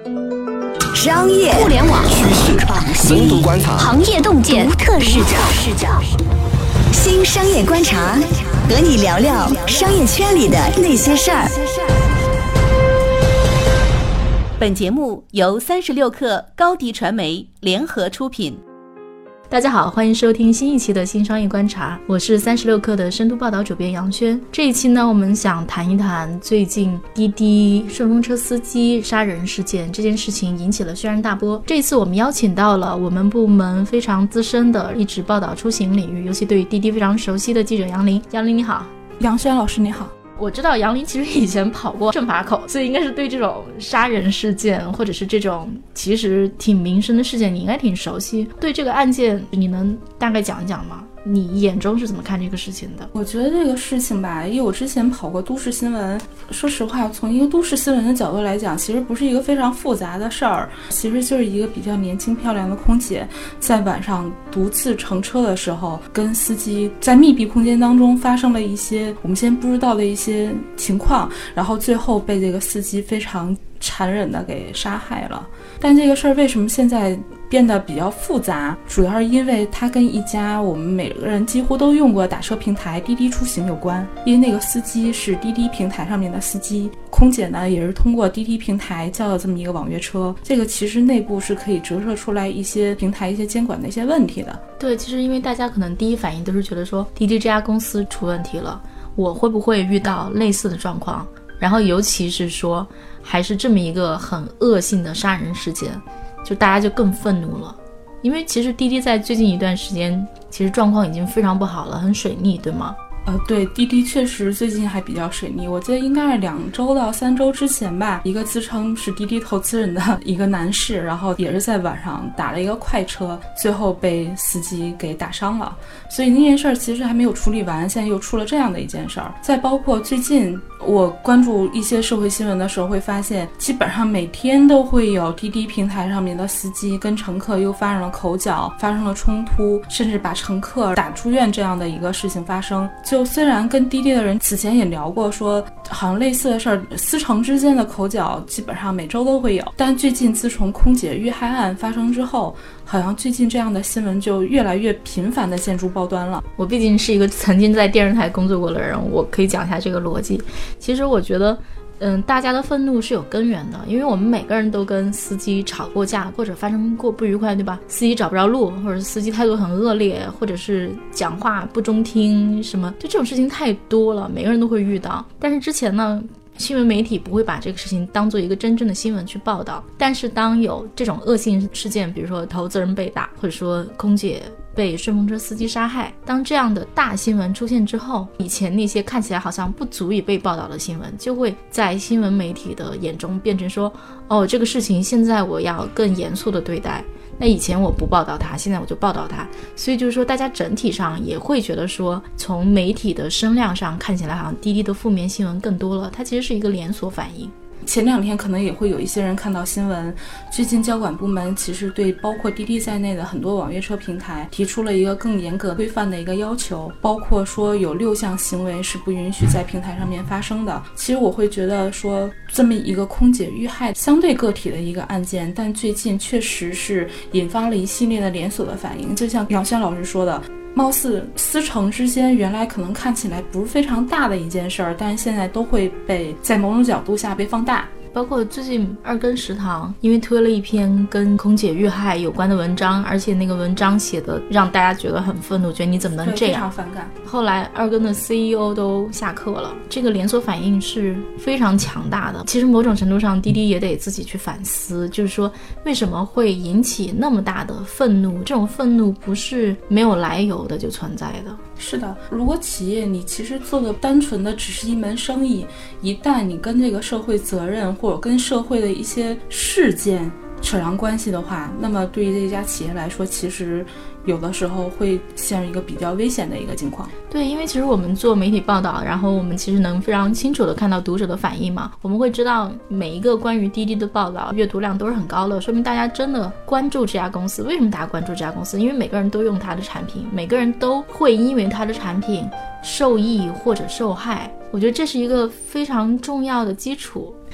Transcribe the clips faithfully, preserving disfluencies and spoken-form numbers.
商业、 互联网、 趋势、深度观察、 行业洞见、独特视角。 新商业观察，和你聊聊商业圈里的那些事儿。 本节目由三十六氪高迪传媒联合出品。 大家好，欢迎收听新一期的新商业观察，我是三十六氪的深度报道主编杨轩。这一期呢，我们想谈一谈最近滴滴顺风车司机杀人事件，这件事情引起了轩然大波。这一次我们邀请到了我们部门非常资深的，一直报道出行领域，尤其对于滴滴非常熟悉的记者杨林。杨林你好。 杨轩老师你好。 我知道杨林其实以前跑过政法口，所以应该是对这种杀人事件或者是这种其实挺民生的事件你应该挺熟悉。对这个案件你能大概讲一讲吗？你眼中是怎么看这个事情的？ 我觉得这个事情吧，因为我之前跑过都市新闻，说实话从一个都市新闻的角度来讲，其实不是一个非常复杂的事儿，其实就是一个比较年轻漂亮的空姐在晚上独自乘车的时候，跟司机在密闭空间当中发生了一些我们先不知道的一些情况，然后最后被这个司机非常残忍的给杀害了。但这个事儿为什么现在变得比较复杂，主要是因为它跟一家我们每个人几乎都用过打车平台滴滴出行有关。因为那个司机是滴滴平台上面的司机，空姐呢也是通过滴滴平台叫了这么一个网约车，这个其实内部是可以折射出来一些平台一些监管的一些问题的。 对，其实因为大家可能第一反应都是觉得说滴滴这家公司出问题了，我会不会遇到类似的状况，然后尤其是说还是这么一个很恶性的杀人事件，就大家就更愤怒了。因为其实滴滴在最近一段时间其实状况已经非常不好了，很水逆对吗？ 呃，对，滴滴确实最近还比较水逆。我记得应该是两周到三周之前吧，一个自称是滴滴投资人的一个男士，然后也是在晚上打了一个快车，最后被司机给打伤了。所以那件事儿其实还没有处理完，现在又出了这样的一件事儿。再包括最近我关注一些社会新闻的时候，会发现基本上每天都会有滴滴平台上面的司机跟乘客又发生了口角，发生了冲突，甚至把乘客打住院这样的一个事情发生。就虽然跟滴滴的人此前也聊过说好像类似的事儿，司乘之间的口角基本上每周都会有，但最近自从空姐遇害案发生之后，好像最近这样的新闻就越来越频繁的见诸报端了。 我毕竟是一个曾经在电视台工作过的人，我可以讲一下这个逻辑。其实我觉得嗯，大家的愤怒是有根源的，因为我们每个人都跟司机吵过架，或者发生过不愉快，对吧？司机找不着路，或者司机态度很恶劣，或者是讲话不中听，什么就这种事情太多了，每个人都会遇到。但是之前呢，新闻媒体不会把这个事情当做一个真正的新闻去报道，但是当有这种恶性事件，比如说投资人被打，或者说空姐被顺风车司机杀害，当这样的大新闻出现之后，以前那些看起来好像不足以被报道的新闻，就会在新闻媒体的眼中变成说，哦，这个事情现在我要更严肃的对待，那以前我不报道它，现在我就报道它。所以就是说大家整体上也会觉得说，从媒体的声量上看起来好像滴滴的负面新闻更多了，它其实是一个连锁反应。 前两天可能也会有一些人看到新闻，最近交管部门其实对包括滴滴在内的很多网约车平台提出了一个更严格规范的一个要求，包括说有六项行为是不允许在平台上面发生的。其实我会觉得说这么一个空姐遇害相对个体的一个案件，但最近确实是引发了一系列的连锁的反应。就像杨轩老师说的，貌似司乘之间原来可能看起来不是非常大的一件事儿，但是现在都会被在某种角度下被放大。 包括最近二根食堂因为推了一篇跟空姐遇害有关的文章，而且那个文章写的让大家觉得很愤怒，觉得你怎么能这样， 非常反感。 后来二根的 C E O 都下课了，这个连锁反应是非常强大的。其实某种程度上滴滴也得自己去反思，就是说为什么会引起那么大的愤怒，这种愤怒不是没有来由的就存在的。 是的，如果企业你其实做的单纯的只是一门生意，一旦你跟这个社会责任或者跟社会的一些事件扯上关系的话，那么对于这家企业来说，其实有的时候会陷入一个比较危险的一个情况。 对，因为其实我们做媒体报道，然后我们其实能非常清楚的看到读者的反应嘛，我们会知道每一个关于滴滴的报道阅读量都是很高的，说明大家真的关注这家公司。为什么大家关注这家公司？因为每个人都用它的产品，每个人都会因为它的产品受益或者受害，我觉得这是一个非常重要的基础。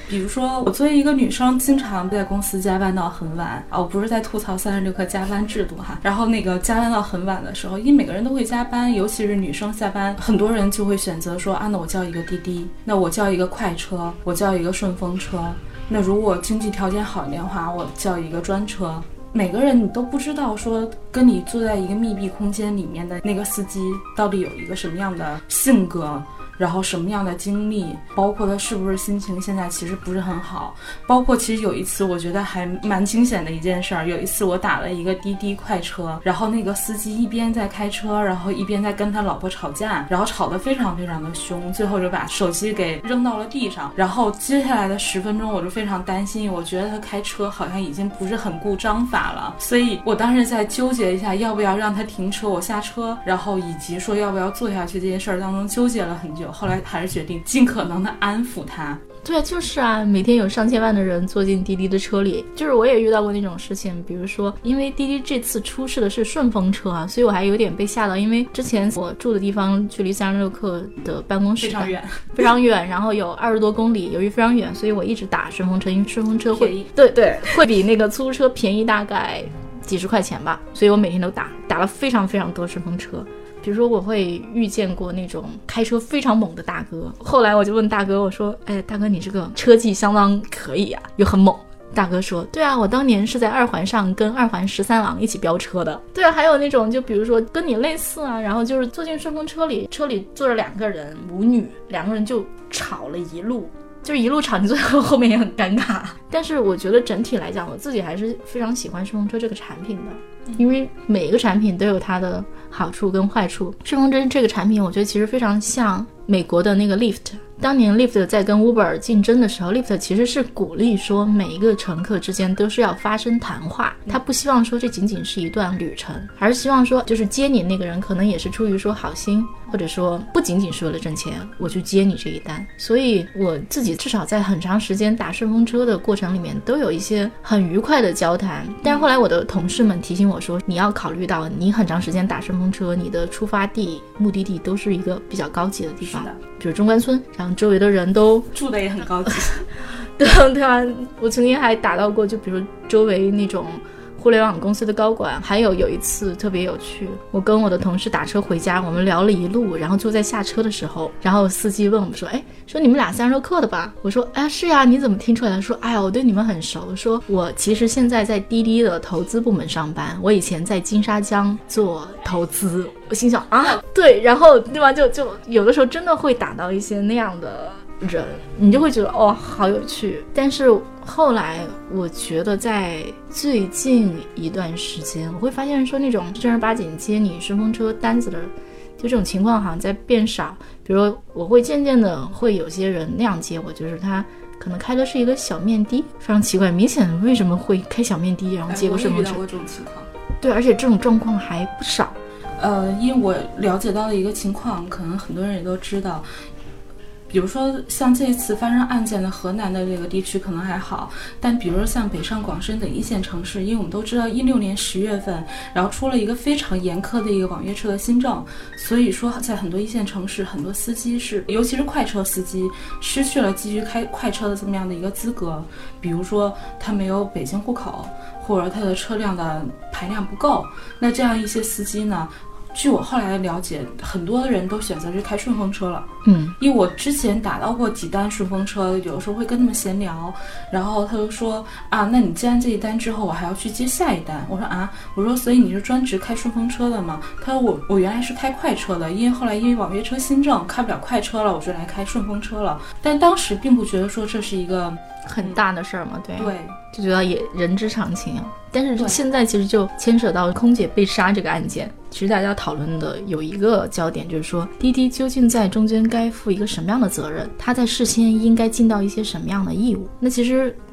比如说我作为一个女生经常在公司加班到很晚啊，我不是在吐槽三十六课加班制度哈，然后那个加班到很晚的时候，因为每个人都会加班，尤其是女生下班，很多人就会选择说啊，那我叫一个滴滴，那我叫一个快车，我叫一个顺风车，那如果经济条件好一点的话，我叫一个专车。每个人你都不知道说跟你坐在一个密闭空间里面的那个司机到底有一个什么样的性格，然后什么样的经历，包括他是不是心情现在其实不是很好。包括其实有一次我觉得还蛮惊险的一件事儿，有一次我打了一个滴滴快车，然后那个司机一边在开车，然后一边在跟他老婆吵架，然后吵得非常非常的凶，最后就把手机给扔到了地上。然后接下来的十分钟我就非常担心，我觉得他开车好像已经不是很顾章法了，所以我当时在纠结一下要不要让他停车我下车，然后以及说要不要坐下去这件事儿当中纠结了很久，后来还是决定尽可能的安抚他。 对，就是啊，每天有上千万的人坐进滴滴的车里，就是我也遇到过那种事情，比如说因为滴滴这次出事的是顺风车啊，所以我还有点被吓到，因为之前我住的地方距离三十六课的办公室非常远非常远，然后有二十多公里，由于非常远，所以我一直打顺风车，因为顺风车会对对会比那个出租车便宜大概几十块钱吧，所以我每天都打打了非常非常多顺风车。比如说我会遇见过那种开车非常猛的大哥，后来我就问大哥，我说哎，大哥你这个车技相当可以啊，又很猛。大哥说对啊，我当年是在二环上跟二环十三郎一起飙车的。对啊，还有那种就比如说跟你类似啊，然后就是坐进顺风车里，车里坐着两个人母女，两个人就吵了一路，就是一路吵，你最后后面也很尴尬。但是我觉得整体来讲，我自己还是非常喜欢顺风车这个产品的，因为每个产品都有它的好处跟坏处。顺风车这个产品我觉得其实非常像美国的那个 Lyft， 当年 Lyft 在跟 Uber 竞争的时候， Lyft 其实是鼓励说每一个乘客之间都是要发生谈话，他不希望说这仅仅是一段旅程，而是希望说就是接你那个人可能也是出于说好心，或者说不仅仅是为了挣钱我去接你这一单。所以我自己至少在很长时间打顺风车的过程里面都有一些很愉快的交谈。但是后来我的同事们提醒我说，你要考虑到你很长时间打顺风车，你的出发地目的地都是一个比较高级的地方，比如中关村，然后周围的人都住的也很高级对对啊，我曾经还打到过就比如周围那种互联网公司的高管。还有有一次特别有趣，我跟我的同事打车回家，我们聊了一路，然后就在下车的时候，然后司机问我们说，哎，说你们俩三十六课的吧？我说哎是呀，你怎么听出来的？说哎呀，我对你们很熟，说我其实现在在滴滴的投资部门上班，我以前在金沙江做投资。我心想啊，对，然后对吧，就就有的时候真的会打到一些那样的人，你就会觉得哦好有趣。但是后来我觉得在最近一段时间，我会发现说那种正儿八经接你顺风车单子的就这种情况好像在变少。比如我会渐渐的会有些人那样接我，就是他可能开的是一个小面的，非常奇怪，明显为什么会开小面的然后接个顺风车、哎、 我也遇到过这种情况。 对，而且这种状况还不少。 呃，因为我了解到的一个情况，可能很多人也都知道，比如说像这一次发生案件的河南的这个地区可能还好，但比如说像北上广深等一线城市，因为我们都知道一六年十月份然后出了一个非常严苛的一个网约车的新政，所以说在很多一线城市，很多司机是尤其是快车司机失去了继续开快车的这么样的一个资格。比如说他没有北京户口，或者他的车辆的排量不够，那这样一些司机呢，据我后来的了解，很多人都选择是开顺风车了。 嗯， 因为我之前打到过几单顺风车，有的时候会跟他们闲聊，然后他就说啊，那你接完这一单之后，我还要去接下一单。我说啊，我说所以你是专职开顺风车的吗？他说我我原来是开快车的，因为后来因为网约车新政开不了快车了，我就来开顺风车了。但当时并不觉得说这是一个很大的事儿嘛，对对， 就觉得也人之常情啊。但是现在其实就牵扯到空姐被杀这个案件，其实大家讨论的有一个焦点，就是说滴滴究竟在中间该负一个什么样的责任，他在事先应该尽到一些什么样的义务。那其实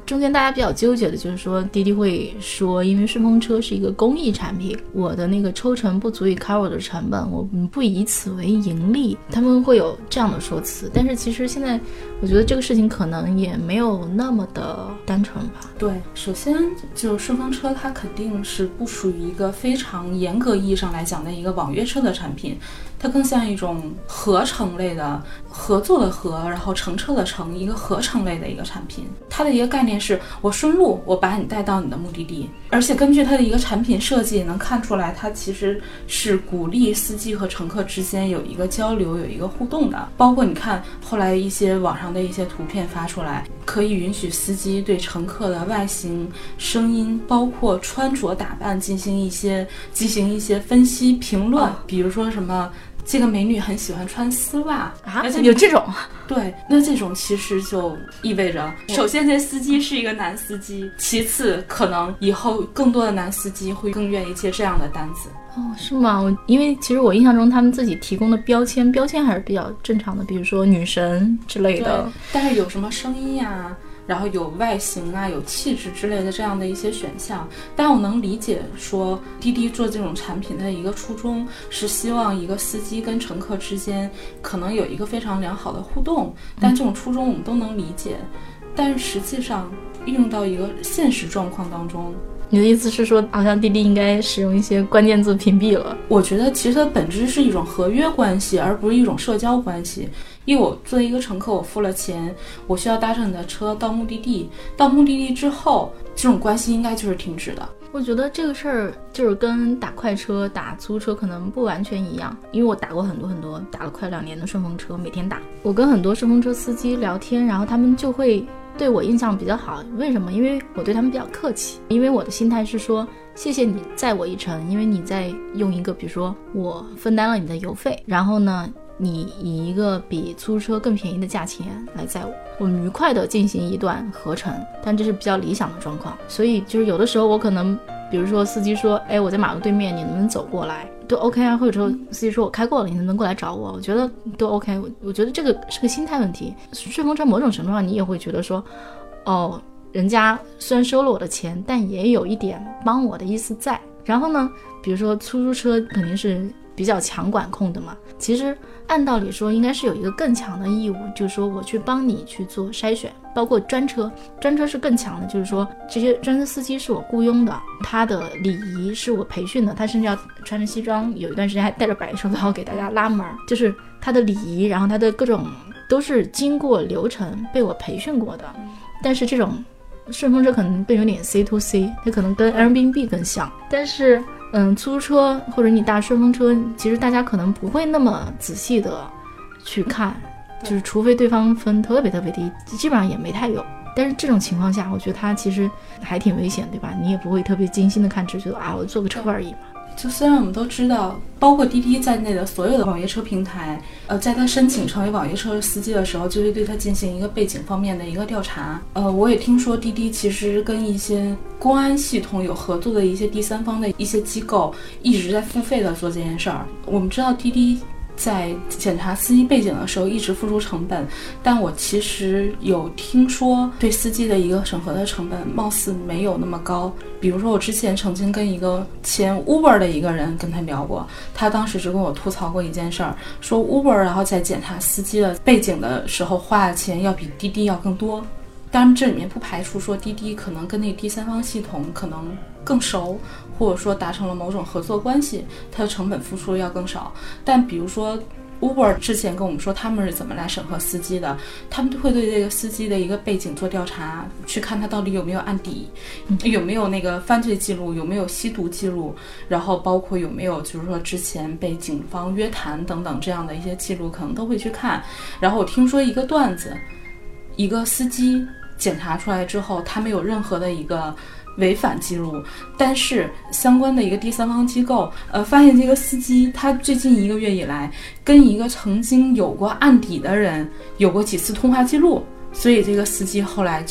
中间大家比较纠结的就是说，滴滴会说，因为顺风车是一个公益产品，我的那个抽成不足以 cover 我的成本，我们不以此为盈利，他们会有这样的说辞。但是其实现在我觉得这个事情可能也没有那么的单纯吧。 对，首先就是顺风车它肯定是不属于一个非常严格意义上来讲的一个网约车的产品，它更像一种合成类的，合作的合，然后乘车的乘，一个合成类的一个产品。它的一个概念是我顺路，我把你带到你的目的地，而且根据它的一个产品设计能看出来，它其实是鼓励司机和乘客之间有一个交流，有一个互动的。包括你看后来一些网上的一些图片发出来，可以允许司机对乘客的外形、声音，包括穿着打扮进行一些进行一些分析评论、哦、比如说什么这个美女很喜欢穿丝袜啊，有这种？ 对，那这种其实就意味着，首先这司机是一个男司机，其次可能以后更多的男司机会更愿意接这样的单子。 哦，是吗？我因为其实我印象中他们自己提供的标签标签还是比较正常的，比如说女神之类的。 对，但是有什么声音呀、啊，然后有外形啊，有气质之类的这样的一些选项。但我能理解说滴滴做这种产品的一个初衷是希望一个司机跟乘客之间可能有一个非常良好的互动，但这种初衷我们都能理解、嗯、但是实际上运用到一个现实状况当中， 你的意思是说好像滴滴应该使用一些关键字屏蔽了？ 我觉得其实它本质是一种合约关系，而不是一种社交关系。因为我作为一个乘客，我付了钱，我需要搭上你的车到目的地，到目的地之后这种关系应该就是停止的。 我觉得这个事儿就是跟打快车打租车可能不完全一样，因为我打过很多很多，打了快两年的顺风车，每天打。我跟很多顺风车司机聊天，然后他们就会对我印象比较好。为什么？因为我对他们比较客气，因为我的心态是说谢谢你载我一程，因为你在用一个比如说我分担了你的油费，然后呢你以一个比租车更便宜的价钱来载我，我们愉快的进行一段合成，但这是比较理想的状况。所以就是有的时候我可能比如说司机说哎，我在马路对面，你能不能走过来，都 OK 啊，或者说司机说我开过了，你能不能过来找我，我觉得都 OK。 我, 我觉得这个是个心态问题。顺风车某种程度上你也会觉得说哦，人家虽然收了我的钱，但也有一点帮我的意思在。然后呢比如说出租车肯定是比较强管控的嘛，其实按道理说应该是有一个更强的义务，就是说我去帮你去做筛选。包括专车，专车是更强的，就是说这些专车司机是我雇佣的，他的礼仪是我培训的，他甚至要穿着西装，有一段时间还戴着白手套给大家拉门，就是他的礼仪，然后他的各种都是经过流程被我培训过的。但是这种顺风车可能更有点 C to C， 它可能跟 Airbnb 更像。但是嗯，出租车或者你搭顺风车，其实大家可能不会那么仔细的去看，就是除非对方分特别特别低，基本上也没太有。但是这种情况下我觉得它其实还挺危险，对吧？你也不会特别精心的看，只觉得啊我坐个车而已嘛。 就虽然我们都知道包括滴滴在内的所有的网约车平台呃，在他申请成为网约车司机的时候就会对他进行一个背景方面的一个调查。呃，我也听说滴滴其实跟一些公安系统有合作的一些第三方的一些机构一直在付费的做这件事儿。我们知道滴滴在检查司机背景的时候一直付出成本，但我其实有听说对司机的一个审核的成本貌似没有那么高。比如说我之前曾经跟一个前 Uber 的一个人跟他聊过，他当时就跟我吐槽过一件事儿，说 Uber 然后在检查司机的背景的时候花的钱要比滴滴要更多。当然这里面不排除说滴滴可能跟那第三方系统可能更熟，或者说达成了某种合作关系，它的成本付出要更少。但比如说 Uber 之前跟我们说他们是怎么来审核司机的，他们会对这个司机的一个背景做调查，去看他到底有没有案底，有没有那个犯罪记录，有没有吸毒记录，然后包括有没有就是说之前被警方约谈等等这样的一些记录可能都会去看。然后我听说一个段子，一个司机检查出来之后他没有任何的一个违反记录，但是相关的一个第三方机构呃，发现这个司机他最近一个月以来跟一个曾经有过案底的人有过几次通话记录，所以这个司机后来就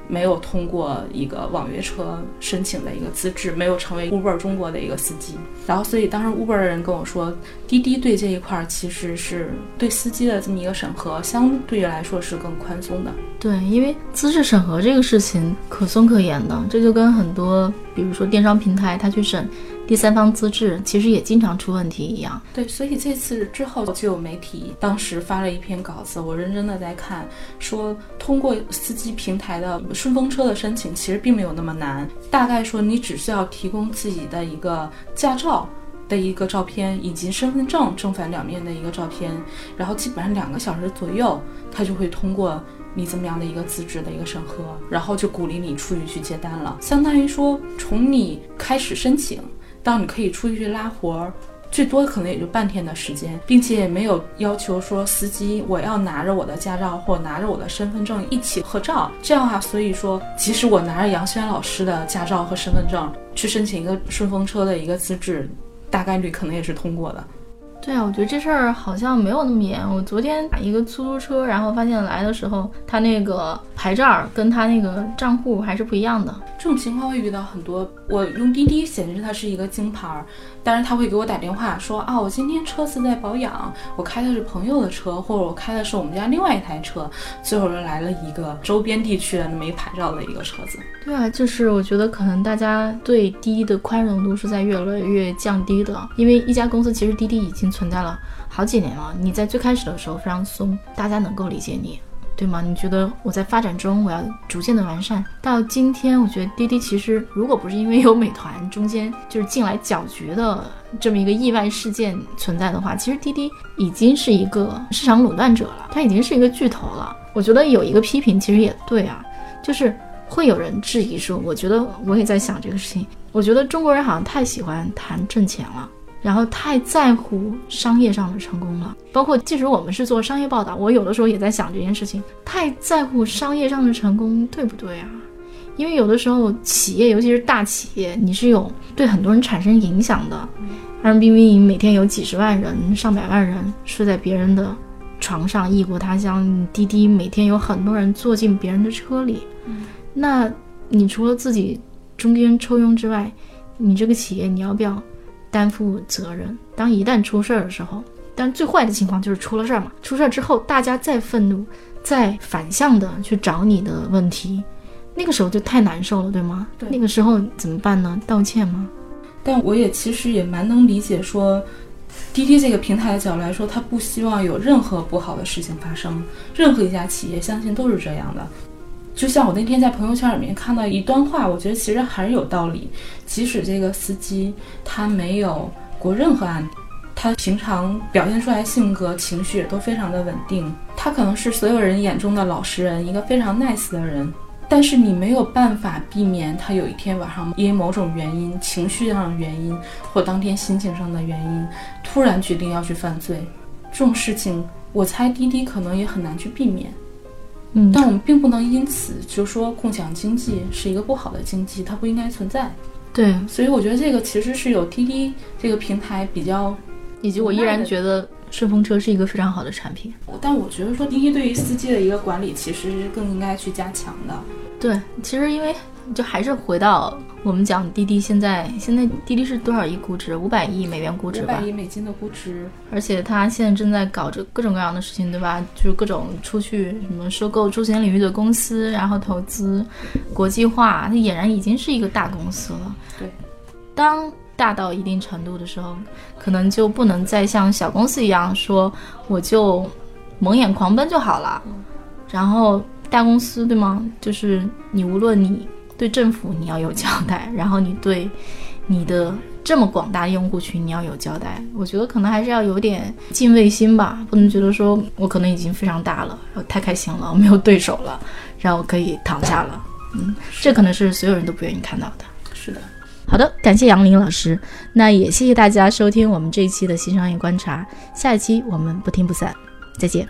没有通过一个网约车申请的一个资质，没有成为 Uber 中国的一个司机。然后所以当时 Uber 的人跟我说，滴滴对这一块其实是对司机的这么一个审核相对来说是更宽松的。 对，因为资质审核这个事情可松可严的，这就跟很多比如说电商平台它去审第三方资质其实也经常出问题一样。 对，所以这次之后就有媒体当时发了一篇稿子，我认真的在看，说通过司机平台的顺风车的申请其实并没有那么难，大概说你只需要提供自己的一个驾照的一个照片以及身份证正反两面的一个照片，然后基本上两个小时左右它就会通过你这么样的一个资质的一个审核，然后就鼓励你出去去接单了。相当于说从你开始申请到你可以出去去拉活，最多可能也就半天的时间，并且也没有要求说司机我要拿着我的驾照或拿着我的身份证一起合照，这样啊，所以说即使我拿着杨轩老师的驾照和身份证去申请一个顺风车的一个资质，大概率可能也是通过的。 对啊，我觉得这事儿好像没有那么严。我昨天打一个出租车，然后发现来的时候他那个牌照跟他那个账户还是不一样的。 这种情况会遇到很多，我用滴滴显示它是一个京牌，但是他会给我打电话说啊，我今天车子在保养，我开的是朋友的车，或者我开的是我们家另外一台车，最后来了一个周边地区的没牌照的一个车子。 对啊，就是我觉得可能大家对滴滴的宽容度是在越来越降低的，因为一家公司其实滴滴已经存在了好几年了，你在最开始的时候非常松，大家能够理解你，对吗？你觉得我在发展中我要逐渐的完善，到今天我觉得滴滴其实如果不是因为有美团中间就是进来搅局的这么一个意外事件存在的话，其实滴滴已经是一个市场垄断者了，它已经是一个巨头了。我觉得有一个批评其实也对啊，就是会有人质疑说，我觉得我也在想这个事情，我觉得中国人好像太喜欢谈挣钱了，然后太在乎商业上的成功了，包括即使我们是做商业报道，我有的时候也在想这件事情，太在乎商业上的成功对不对啊？因为有的时候企业尤其是大企业，你是有对很多人产生影响的，而明明每天有几十万人上百万人睡在别人的床上，异国他乡，滴滴每天有很多人坐进别人的车里，那你除了自己中间抽佣之外，你这个企业你要不要担负责任？当一旦出事儿的时候，但最坏的情况就是出了事儿嘛，出事儿之后大家再愤怒再反向的去找你的问题，那个时候就太难受了，对吗？对，那个时候怎么办呢？道歉吗？ 但我也其实也蛮能理解说滴滴这个平台的角度来说，他不希望有任何不好的事情发生，任何一家企业相信都是这样的。就像我那天在朋友圈里面看到一段话，我觉得其实还是有道理。即使这个司机他没有过任何案，他平常表现出来性格情绪也都非常的稳定，他可能是所有人眼中的老实人，一个非常 nice 的人，但是你没有办法避免他有一天晚上因为某种原因，情绪上的原因或当天心情上的原因突然决定要去犯罪。这种事情我猜滴滴可能也很难去避免，嗯，但我们并不能因此就说共享经济是一个不好的经济，它不应该存在。 对， 所以我觉得这个其实是有滴滴这个平台比较， 以及我依然觉得顺风车是一个非常好的产品。 但我觉得说滴滴对于司机的一个管理其实是更应该去加强的。 对，其实因为就还是回到我们讲滴滴，现在现在滴滴是多少亿估值？五百亿美元估值吧， 五百亿美金的估值。 而且他现在正在搞着各种各样的事情，对吧？就是各种出去什么收购出行领域的公司，然后投资国际化，它俨然已经是一个大公司了。 对， 当大到一定程度的时候，可能就不能再像小公司一样说我就蒙眼狂奔就好了，然后大公司对吗？就是你无论你对政府你要有交代，然后你对你的这么广大的用户群你要有交代，我觉得可能还是要有点敬畏心吧，不能觉得说我可能已经非常大了，我太开心了，我没有对手了，然后我可以躺下了。嗯，这可能是所有人都不愿意看到的。 是的。 好的，感谢杨林老师，那也谢谢大家收听我们这一期的新商业观察，下一期我们不听不散，再见。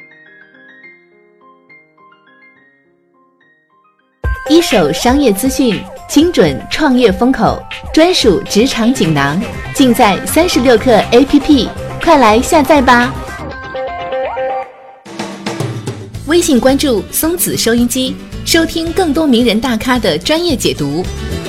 一手商业资讯，精准创业风口，专属职场锦囊，尽在三十六课 A P P， 快来下载吧！微信关注松子收音机， 收听更多名人大咖的专业解读。